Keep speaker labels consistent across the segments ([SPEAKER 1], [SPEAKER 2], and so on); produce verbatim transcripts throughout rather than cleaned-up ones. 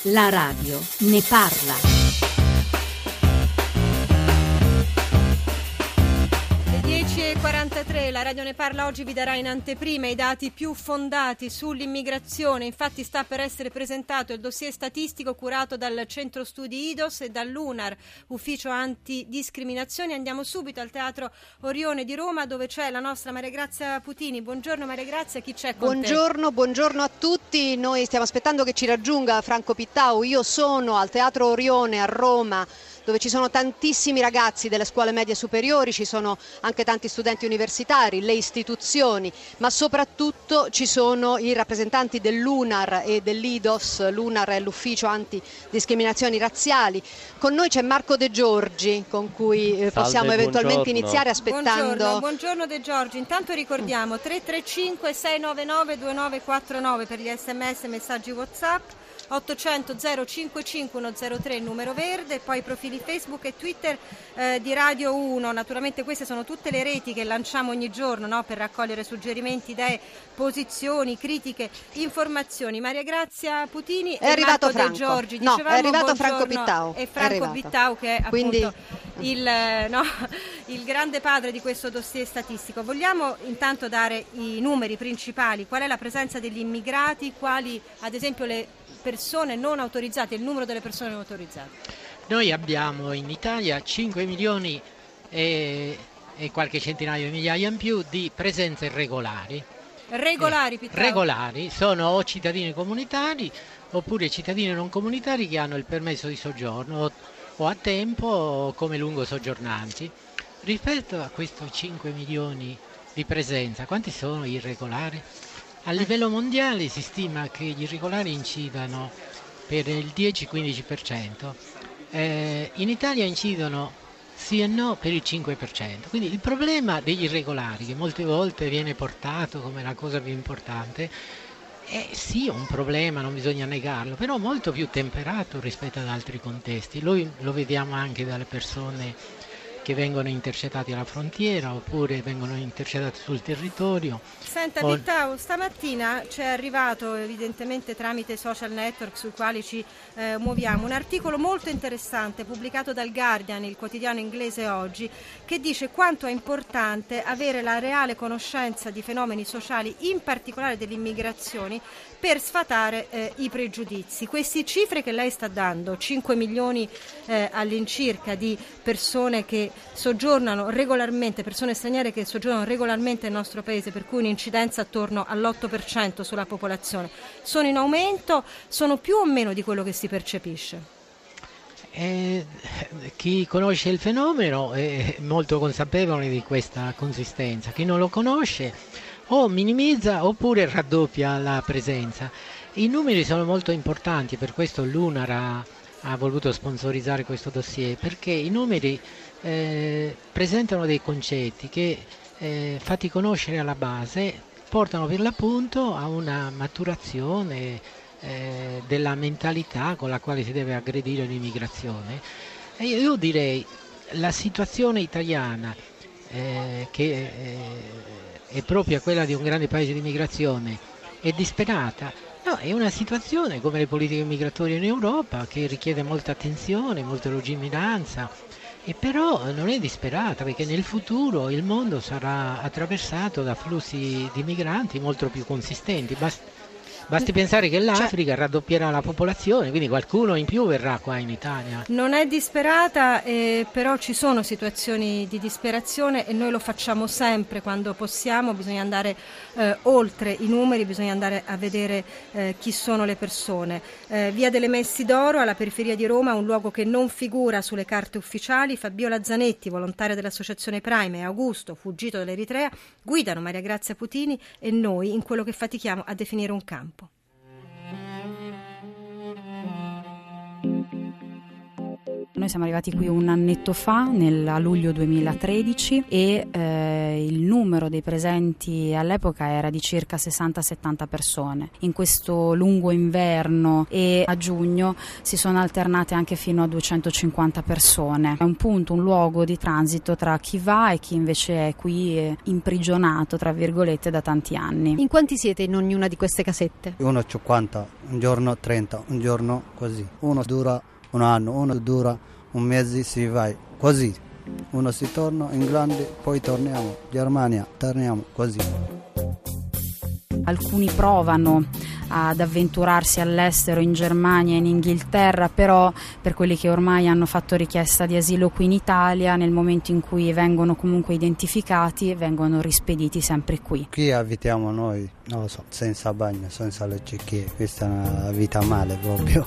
[SPEAKER 1] La radio ne parla.
[SPEAKER 2] dieci e quarantatré, la radio ne parla oggi vi darà in anteprima i dati più fondati sull'immigrazione. Infatti sta per essere presentato il dossier statistico curato dal Centro Studi I D O S e dall'U N A R, Ufficio Antidiscriminazioni. Andiamo subito al Teatro Orione di Roma, dove c'è la nostra Maria Grazia Putini. Buongiorno Maria Grazia, chi c'è con
[SPEAKER 3] buongiorno,
[SPEAKER 2] te?
[SPEAKER 3] Buongiorno a tutti, noi stiamo aspettando che ci raggiunga Franco Pittau. Io sono al Teatro Orione a Roma, dove ci sono tantissimi ragazzi delle scuole medie superiori, ci sono anche tanti studenti universitari, le istituzioni, ma soprattutto ci sono i rappresentanti dell'U N A R e dell'I D O S. L'U N A R è l'Ufficio Antidiscriminazioni Razziali. Con noi c'è Marco De Giorgi, con cui eh, possiamo
[SPEAKER 4] Salve,
[SPEAKER 3] eventualmente
[SPEAKER 4] buongiorno.
[SPEAKER 3] iniziare aspettando.
[SPEAKER 2] Buongiorno, buongiorno De Giorgi. Intanto ricordiamo tre tre cinque sei nove nove due nove quattro nove per gli sms e messaggi WhatsApp. ottocento zero cinquantacinque centotre il numero verde, poi i profili Facebook e Twitter eh, di Radio uno. Naturalmente queste sono tutte le reti che lanciamo ogni giorno, no? Per raccogliere suggerimenti, idee, posizioni, critiche, informazioni. Maria Grazia Putini
[SPEAKER 3] è
[SPEAKER 2] e
[SPEAKER 3] arrivato
[SPEAKER 2] Marco
[SPEAKER 3] Franco.
[SPEAKER 2] De Giorgi.
[SPEAKER 3] No,
[SPEAKER 2] Dicevamo
[SPEAKER 3] è arrivato Franco
[SPEAKER 2] buongiorno,
[SPEAKER 3] Pittau.
[SPEAKER 2] e Franco Pittau, che è
[SPEAKER 3] Quindi...
[SPEAKER 2] appunto il, no, il grande padre di questo dossier statistico. Vogliamo intanto dare i numeri principali, qual è la presenza degli immigrati, quali ad esempio le persone non autorizzate, il numero delle persone non autorizzate?
[SPEAKER 5] Noi abbiamo in Italia cinque milioni e, e qualche centinaio di migliaia in più di presenze regolari.
[SPEAKER 2] Regolari,
[SPEAKER 5] eh,
[SPEAKER 2] Pittau?
[SPEAKER 5] Regolari, sono o cittadini comunitari oppure cittadini non comunitari che hanno il permesso di soggiorno o, o a tempo o come lungo soggiornanti. Rispetto a questi cinque milioni di presenza, quanti sono irregolari? A livello mondiale si stima che gli irregolari incidano per il dieci-quindici per cento, eh, in Italia incidono sì e no per il cinque per cento. Quindi il problema degli irregolari, che molte volte viene portato come la cosa più importante, è sì un problema, non bisogna negarlo, però molto più temperato rispetto ad altri contesti. Noi lo vediamo anche dalle persone che vengono intercettati alla frontiera oppure vengono intercettati sul territorio.
[SPEAKER 2] Senta Pittau, stamattina ci è arrivato evidentemente tramite i social network sui quali ci eh, muoviamo un articolo molto interessante pubblicato dal Guardian, il quotidiano inglese oggi, che dice quanto è importante avere la reale conoscenza di fenomeni sociali, in particolare delle immigrazioni, per sfatare eh, i pregiudizi. Queste cifre che lei sta dando, cinque milioni eh, all'incirca di persone che soggiornano regolarmente, persone straniere che soggiornano regolarmente nel nostro paese, per cui un'incidenza attorno all'otto per cento sulla popolazione, sono in aumento, sono più o meno di quello che si percepisce?
[SPEAKER 5] Eh, chi conosce il fenomeno è molto consapevole di questa consistenza, chi non lo conosce o minimizza oppure raddoppia la presenza. I numeri sono molto importanti, per questo l'U N A R ha, ha voluto sponsorizzare questo dossier, perché i numeri eh, presentano dei concetti che, eh, fatti conoscere alla base, portano per l'appunto a una maturazione eh, della mentalità con la quale si deve aggredire l'immigrazione. E io, io direi la situazione italiana, eh, che eh, è propria quella di un grande paese di immigrazione, è disperata. No, è una situazione come le politiche migratorie in Europa che richiede molta attenzione, molta lungimiranza, e però non è disperata, perché nel futuro il mondo sarà attraversato da flussi di migranti molto più consistenti. Basta, basti pensare che l'Africa cioè, raddoppierà la popolazione, quindi qualcuno in più verrà qua in Italia.
[SPEAKER 2] Non è disperata, eh, però ci sono situazioni di disperazione e noi lo facciamo sempre quando possiamo. Bisogna andare eh, oltre i numeri, bisogna andare a vedere eh, chi sono le persone. Eh, Via delle Messi d'Oro, alla periferia di Roma, un luogo che non figura sulle carte ufficiali. Fabiola Zanetti, volontaria dell'associazione Prime, e Augusto, fuggito dall'Eritrea, guidano Maria Grazia Putini e noi in quello che fatichiamo a definire un campo.
[SPEAKER 4] Noi siamo arrivati qui un annetto fa, nel, a luglio duemilatredici, e eh, il numero dei presenti all'epoca era di circa sessanta settanta persone. In questo lungo inverno e a giugno si sono alternate anche fino a duecentocinquanta persone. È un punto, un luogo di transito tra chi va e chi invece è qui eh, imprigionato, tra virgolette, da tanti anni.
[SPEAKER 3] In quanti siete in ognuna di queste casette?
[SPEAKER 6] Uno cinquanta, un giorno trenta, un giorno così. Uno dura un anno, uno dura un mese, si va così. Uno si torna in Inglande, poi torniamo, Germania, torniamo così.
[SPEAKER 4] Alcuni provano ad avventurarsi all'estero, in Germania e in Inghilterra, però per quelli che ormai hanno fatto richiesta di asilo qui in Italia, nel momento in cui vengono comunque identificati, vengono rispediti sempre qui.
[SPEAKER 6] Qui abitiamo noi, non lo so, senza bagno, senza le cecchie, questa è una vita male proprio.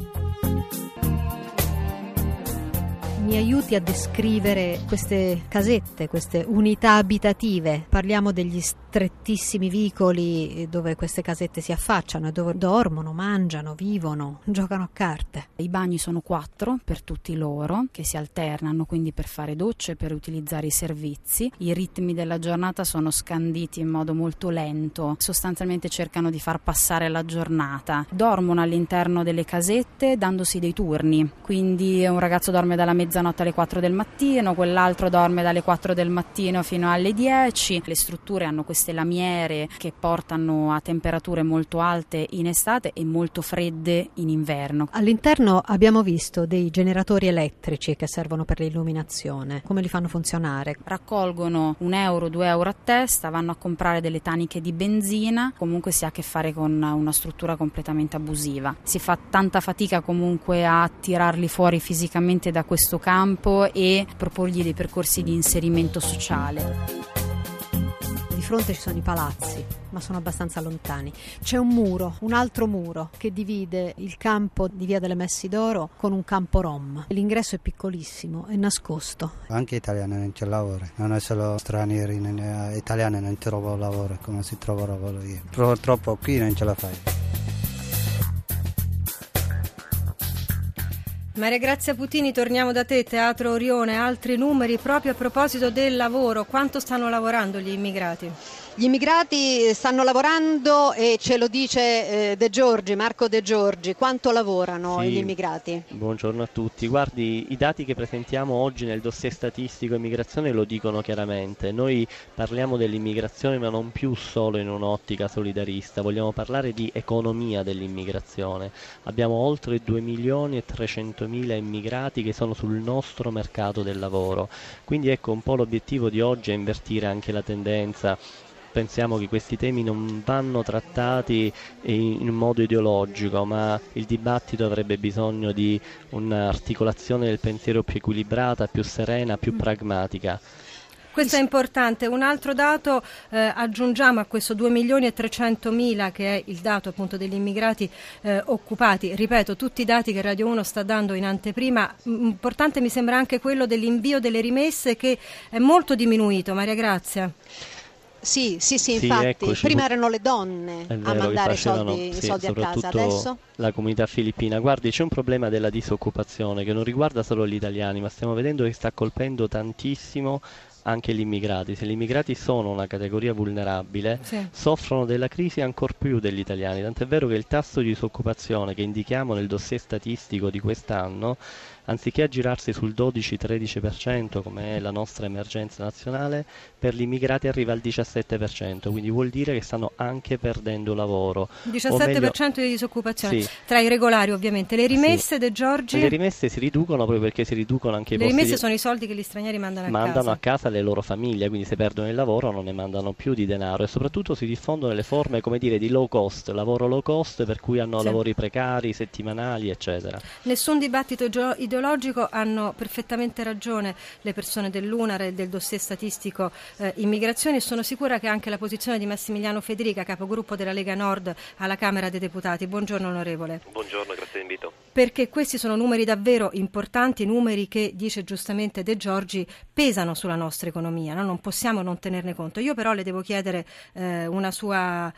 [SPEAKER 3] Mi aiuti a descrivere queste casette, queste unità abitative? Parliamo degli strettissimi vicoli dove queste casette si affacciano e dove dormono, mangiano, vivono, giocano a carte.
[SPEAKER 4] I bagni sono quattro per tutti loro, che si alternano quindi per fare docce, per utilizzare i servizi. I ritmi della giornata sono scanditi in modo molto lento, sostanzialmente cercano di far passare la giornata. Dormono all'interno delle casette dandosi dei turni, quindi un ragazzo dorme dalla mezzanotte alle quattro del mattino, quell'altro dorme dalle quattro del mattino fino alle dieci. Le strutture hanno queste lamiere che portano a temperature molto alte in estate e molto fredde in inverno.
[SPEAKER 3] All'interno abbiamo visto dei generatori elettrici che servono per l'illuminazione. Come li fanno funzionare?
[SPEAKER 4] Raccolgono un euro, due euro a testa, vanno a comprare delle taniche di benzina, comunque si ha a che fare con una struttura completamente abusiva. Si fa tanta fatica comunque a tirarli fuori fisicamente da questo campo e proporgli dei percorsi di inserimento sociale.
[SPEAKER 3] Di fronte ci sono i palazzi, ma sono abbastanza lontani. C'è un muro, un altro muro, che divide il campo di Via delle Messi d'Oro con un campo rom. L'ingresso è piccolissimo, è nascosto.
[SPEAKER 6] Anche italiani non c'è lavoro, non è solo stranieri, italiani non trovano lavoro come si trova lavoro io. Purtroppo qui non ce la fai.
[SPEAKER 2] Maria Grazia Putini, torniamo da te, Teatro Orione, altri numeri proprio a proposito del lavoro. Quanto stanno lavorando gli immigrati?
[SPEAKER 3] Gli immigrati stanno lavorando e ce lo dice eh, De Giorgi, Marco De Giorgi. Quanto lavorano
[SPEAKER 7] sì,
[SPEAKER 3] gli immigrati?
[SPEAKER 7] Buongiorno a tutti. Guardi, i dati che presentiamo oggi nel dossier statistico immigrazione lo dicono chiaramente. Noi parliamo dell'immigrazione ma non più solo in un'ottica solidarista, vogliamo parlare di economia dell'immigrazione. Abbiamo oltre due milioni e trecentomila immigrati che sono sul nostro mercato del lavoro. Quindi ecco, un po' l'obiettivo di oggi è invertire anche la tendenza. Pensiamo che questi temi non vanno trattati in modo ideologico, ma il dibattito avrebbe bisogno di un'articolazione del pensiero più equilibrata, più serena, più pragmatica.
[SPEAKER 2] Questo è importante. Un altro dato eh, aggiungiamo a questo due milioni e trecentomila che è il dato appunto degli immigrati eh, occupati. Ripeto, tutti i dati che Radio uno sta dando in anteprima. Importante mi sembra anche quello dell'invio delle rimesse che è molto diminuito. Maria Grazia.
[SPEAKER 3] Sì, sì, sì,
[SPEAKER 7] sì,
[SPEAKER 3] infatti,
[SPEAKER 7] eccoci.
[SPEAKER 3] Prima erano le donne
[SPEAKER 7] È
[SPEAKER 3] a
[SPEAKER 7] vero,
[SPEAKER 3] mandare i
[SPEAKER 7] facevano,
[SPEAKER 3] soldi,
[SPEAKER 7] sì,
[SPEAKER 3] i soldi a casa, adesso?
[SPEAKER 7] La comunità filippina. Guardi, c'è un problema della disoccupazione che non riguarda solo gli italiani, ma stiamo vedendo che sta colpendo tantissimo anche gli immigrati. Se gli immigrati sono una categoria vulnerabile, sì, soffrono della crisi ancor più degli italiani, tant'è vero che il tasso di disoccupazione che indichiamo nel dossier statistico di quest'anno, anziché aggirarsi sul dodici tredici per cento come è la nostra emergenza nazionale, per gli immigrati arriva al diciassette per cento, quindi vuol dire che stanno anche perdendo lavoro.
[SPEAKER 2] diciassette per cento meglio, di disoccupazione, sì, tra i regolari ovviamente. Le rimesse, sì, De Giorgi?
[SPEAKER 7] Le rimesse si riducono proprio perché si riducono anche i
[SPEAKER 2] le
[SPEAKER 7] posti.
[SPEAKER 2] Le rimesse
[SPEAKER 7] di...
[SPEAKER 2] sono i soldi che gli stranieri mandano a
[SPEAKER 7] mandano
[SPEAKER 2] casa.
[SPEAKER 7] a casa le loro famiglie, quindi se perdono il lavoro non ne mandano più di denaro e soprattutto si diffondono le forme, come dire, di low cost, lavoro low cost, per cui hanno, sì, lavori precari, settimanali, eccetera.
[SPEAKER 2] Nessun dibattito ideologico, hanno perfettamente ragione le persone dell'Unar e del dossier statistico eh, immigrazione. Sono sicura che anche la posizione di Massimiliano Federica, capogruppo della Lega Nord alla Camera dei Deputati. Buongiorno onorevole.
[SPEAKER 8] Buongiorno, grazie dell'invito.
[SPEAKER 2] Perché questi sono numeri davvero importanti, numeri che, dice giustamente De Giorgi, pesano sulla nostra economia, no? Non possiamo non tenerne conto. Io però le devo chiedere eh, una sua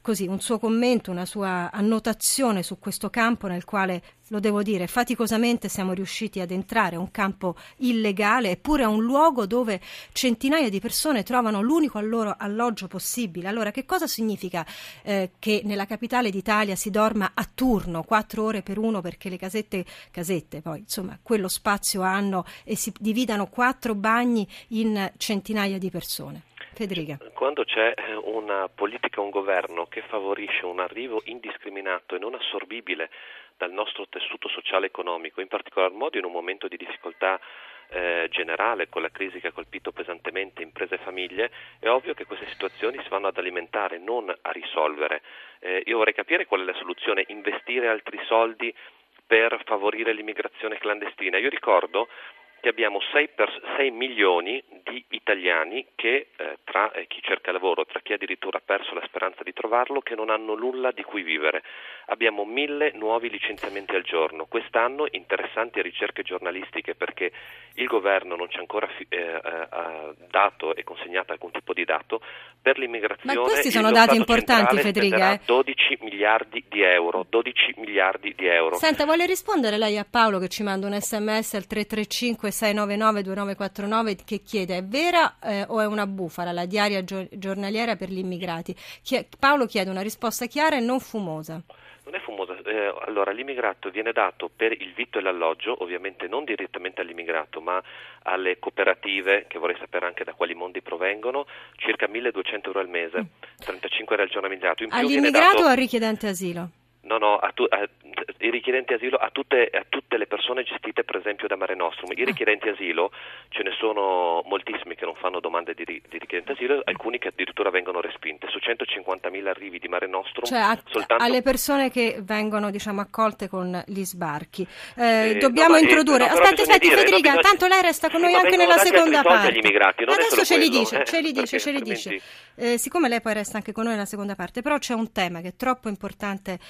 [SPEAKER 2] così un suo commento, una sua annotazione su questo campo nel quale, lo devo dire, faticosamente siamo riusciti ad entrare, un campo illegale, eppure è un luogo dove centinaia di persone trovano l'unico al loro alloggio possibile. Allora, che cosa significa eh, che nella capitale d'Italia si dorma a turno, quattro ore per uno, perché le casette, casette poi, insomma, quello spazio hanno, e si dividano quattro bagni in centinaia di persone? Federica.
[SPEAKER 8] Quando c'è una politica, un governo che favorisce un arrivo indiscriminato e non assorbibile dal nostro tessuto sociale e economico, in particolar modo in un momento di difficoltà eh, generale, con la crisi che ha colpito pesantemente imprese e famiglie, è ovvio che queste situazioni si vanno ad alimentare, non a risolvere. Eh, io vorrei capire qual è la soluzione: investire altri soldi per favorire l'immigrazione clandestina. Io ricordo che abbiamo sei milioni di italiani che eh, tra eh, chi cerca lavoro, tra chi addirittura ha perso la speranza di trovarlo, che non hanno nulla di cui vivere. Abbiamo mille nuovi licenziamenti al giorno. Quest'anno interessanti ricerche giornalistiche, perché il governo non ci ha ancora fi- eh, eh, dato e consegnato alcun tipo di dato per l'immigrazione.
[SPEAKER 2] Ma questi sono dati importanti, Federica. Eh?
[SPEAKER 8] dodici miliardi di euro, dodici miliardi di euro.
[SPEAKER 2] Senta, vuole rispondere lei a Paolo che ci manda un sms al tre tre cinque sei nove nove due nove quattro nove che chiede: è vera eh, o è una bufala la diaria gio- giornaliera per gli immigrati? Chie- Paolo chiede una risposta chiara e non fumosa.
[SPEAKER 8] Non è fumosa. Eh, allora, l'immigrato viene dato per il vitto e l'alloggio, ovviamente non direttamente all'immigrato, ma alle cooperative, che vorrei sapere anche da quali mondi provengono, circa milleduecento euro al mese, trentacinque euro al giorno all'immigrato. In più
[SPEAKER 2] all'immigrato
[SPEAKER 8] dato...
[SPEAKER 2] o al richiedente asilo?
[SPEAKER 8] No, no, a tu, a, i richiedenti asilo a tutte, a tutte le persone gestite per esempio da Mare Nostrum. I richiedenti asilo ce ne sono moltissimi che non fanno domande di, di richiedente asilo, alcuni che addirittura vengono respinte. Su centocinquantamila arrivi di Mare Nostrum,
[SPEAKER 2] cioè a,
[SPEAKER 8] soltanto...
[SPEAKER 2] alle persone che vengono, diciamo, accolte con gli sbarchi. Eh, eh, dobbiamo
[SPEAKER 8] no,
[SPEAKER 2] introdurre.
[SPEAKER 8] Eh, no,
[SPEAKER 2] aspetti, aspetti,
[SPEAKER 8] dire,
[SPEAKER 2] Federica,
[SPEAKER 8] no,
[SPEAKER 2] tanto lei resta con
[SPEAKER 8] sì,
[SPEAKER 2] noi anche nella seconda parte.
[SPEAKER 8] Immigrati, non
[SPEAKER 2] adesso ce li dice,
[SPEAKER 8] eh,
[SPEAKER 2] ce li dice, ce li dice. Eh, siccome lei poi resta anche con noi nella seconda parte, però c'è un tema che è troppo importante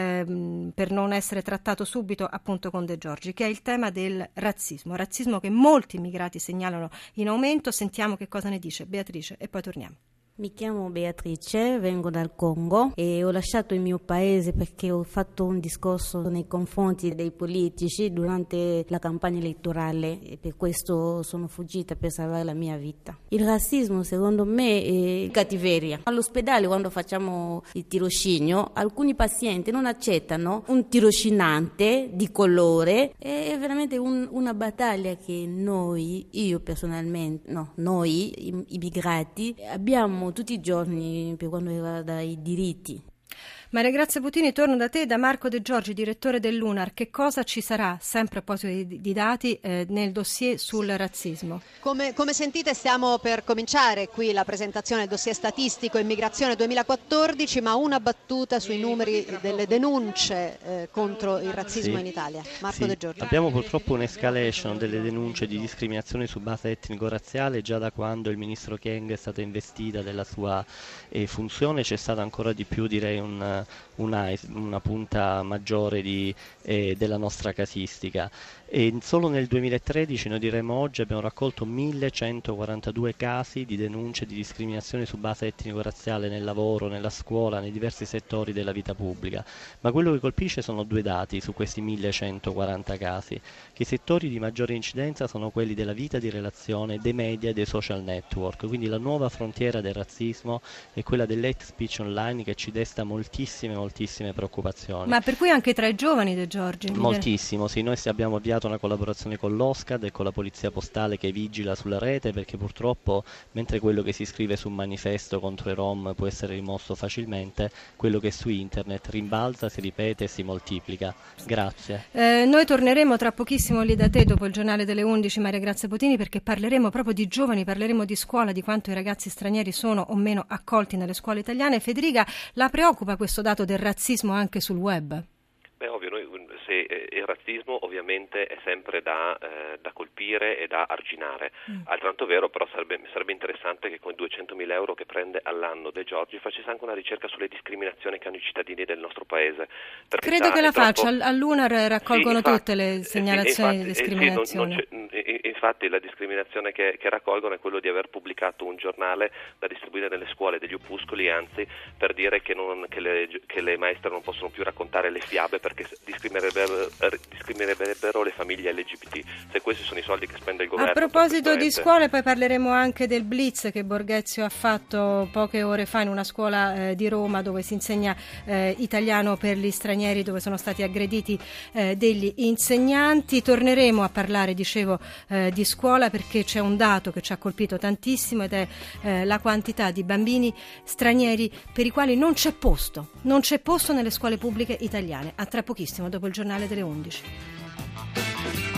[SPEAKER 2] ehm, per non essere trattato subito, appunto, con De Giorgi, che è il tema del razzismo, razzismo che molti immigrati segnalano in aumento. Sentiamo che cosa ne dice Beatrice e poi torniamo.
[SPEAKER 9] Mi chiamo Beatrice, vengo dal Congo e ho lasciato il mio paese perché ho fatto un discorso nei confronti dei politici durante la campagna elettorale e per questo sono fuggita per salvare la mia vita. Il razzismo secondo me è cattiveria. All'ospedale quando facciamo il tirocinio alcuni pazienti non accettano un tirocinante di colore, è veramente un, una battaglia che noi, io personalmente, no, noi immigrati abbiamo tutti i giorni per quanto riguarda i diritti.
[SPEAKER 2] Maria Grazia Putini, torno da te, da Marco De Giorgi, direttore dell'U N A R. Che cosa ci sarà, sempre a proposito di, di dati, eh, nel dossier sul razzismo?
[SPEAKER 3] Come, come sentite stiamo per cominciare qui la presentazione del dossier statistico Immigrazione duemilaquattordici, ma una battuta sui numeri delle denunce eh, contro il razzismo
[SPEAKER 7] sì,
[SPEAKER 3] in Italia. Marco
[SPEAKER 7] sì.
[SPEAKER 3] De Giorgi.
[SPEAKER 7] Abbiamo purtroppo un'escalation delle denunce di discriminazione su base etnico-razziale già da quando il ministro Kyenge è stata investita della sua eh, funzione. C'è stata ancora di più, direi, un Una, una punta maggiore di, eh, della nostra casistica. E solo nel duemilatredici, noi diremo oggi, abbiamo raccolto millecentoquarantadue casi di denunce di discriminazione su base etnico-razziale nel lavoro, nella scuola, nei diversi settori della vita pubblica. Ma quello che colpisce sono due dati su questi millecentoquaranta casi, che i settori di maggiore incidenza sono quelli della vita di relazione, dei media e dei social network. Quindi la nuova frontiera del razzismo è quella dell'hate speech online, che ci desta moltissime, moltissime preoccupazioni.
[SPEAKER 2] Ma per cui anche tra i giovani, De Giorgi?
[SPEAKER 7] Moltissimo, sì. Noi abbiamo avviato una collaborazione con l'Oscad e con la Polizia Postale che vigila sulla rete, perché purtroppo, mentre quello che si scrive su un manifesto contro i Rom può essere rimosso facilmente, quello che su internet rimbalza, si ripete e si moltiplica. Grazie.
[SPEAKER 2] Eh, noi torneremo tra pochissimo lì da te dopo il giornale delle undici, Maria Grazia Putini, perché parleremo proprio di giovani, parleremo di scuola, di quanto i ragazzi stranieri sono o meno accolti nelle scuole italiane. Federica, la preoccupa questo dato del razzismo anche sul web?
[SPEAKER 8] Beh, ovvio, noi se eh, il razzismo ovviamente è sempre da, eh, da colpire e da arginare, mm. altrettanto vero però sarebbe, sarebbe interessante che con i duecentomila euro che prende all'anno De Giorgi facesse anche una ricerca sulle discriminazioni che hanno i cittadini del nostro paese.
[SPEAKER 2] Credo che la
[SPEAKER 8] troppo...
[SPEAKER 2] faccia, all'Unar raccolgono
[SPEAKER 8] sì, infatti,
[SPEAKER 2] tutte le segnalazioni
[SPEAKER 8] sì, infatti,
[SPEAKER 2] di discriminazione.
[SPEAKER 8] Sì, non, non infatti la discriminazione che, che raccolgono è quello di aver pubblicato un giornale da distribuire nelle scuole degli opuscoli, anzi per dire che, non, che, le, che le maestre non possono più raccontare le fiabe perché discriminerebbero, discriminerebbero le famiglie L G B T. Se questi sono i soldi che spende il governo.
[SPEAKER 2] A proposito di scuole, poi parleremo anche del blitz che Borghezio ha fatto poche ore fa in una scuola eh, di Roma dove si insegna eh, italiano per gli stranieri, dove sono stati aggrediti eh, degli insegnanti. Torneremo a parlare, dicevo, eh, di scuola perché c'è un dato che ci ha colpito tantissimo ed è eh, la quantità di bambini stranieri per i quali non c'è posto, non c'è posto nelle scuole pubbliche italiane. A tra pochissimo, dopo il giornale delle undici.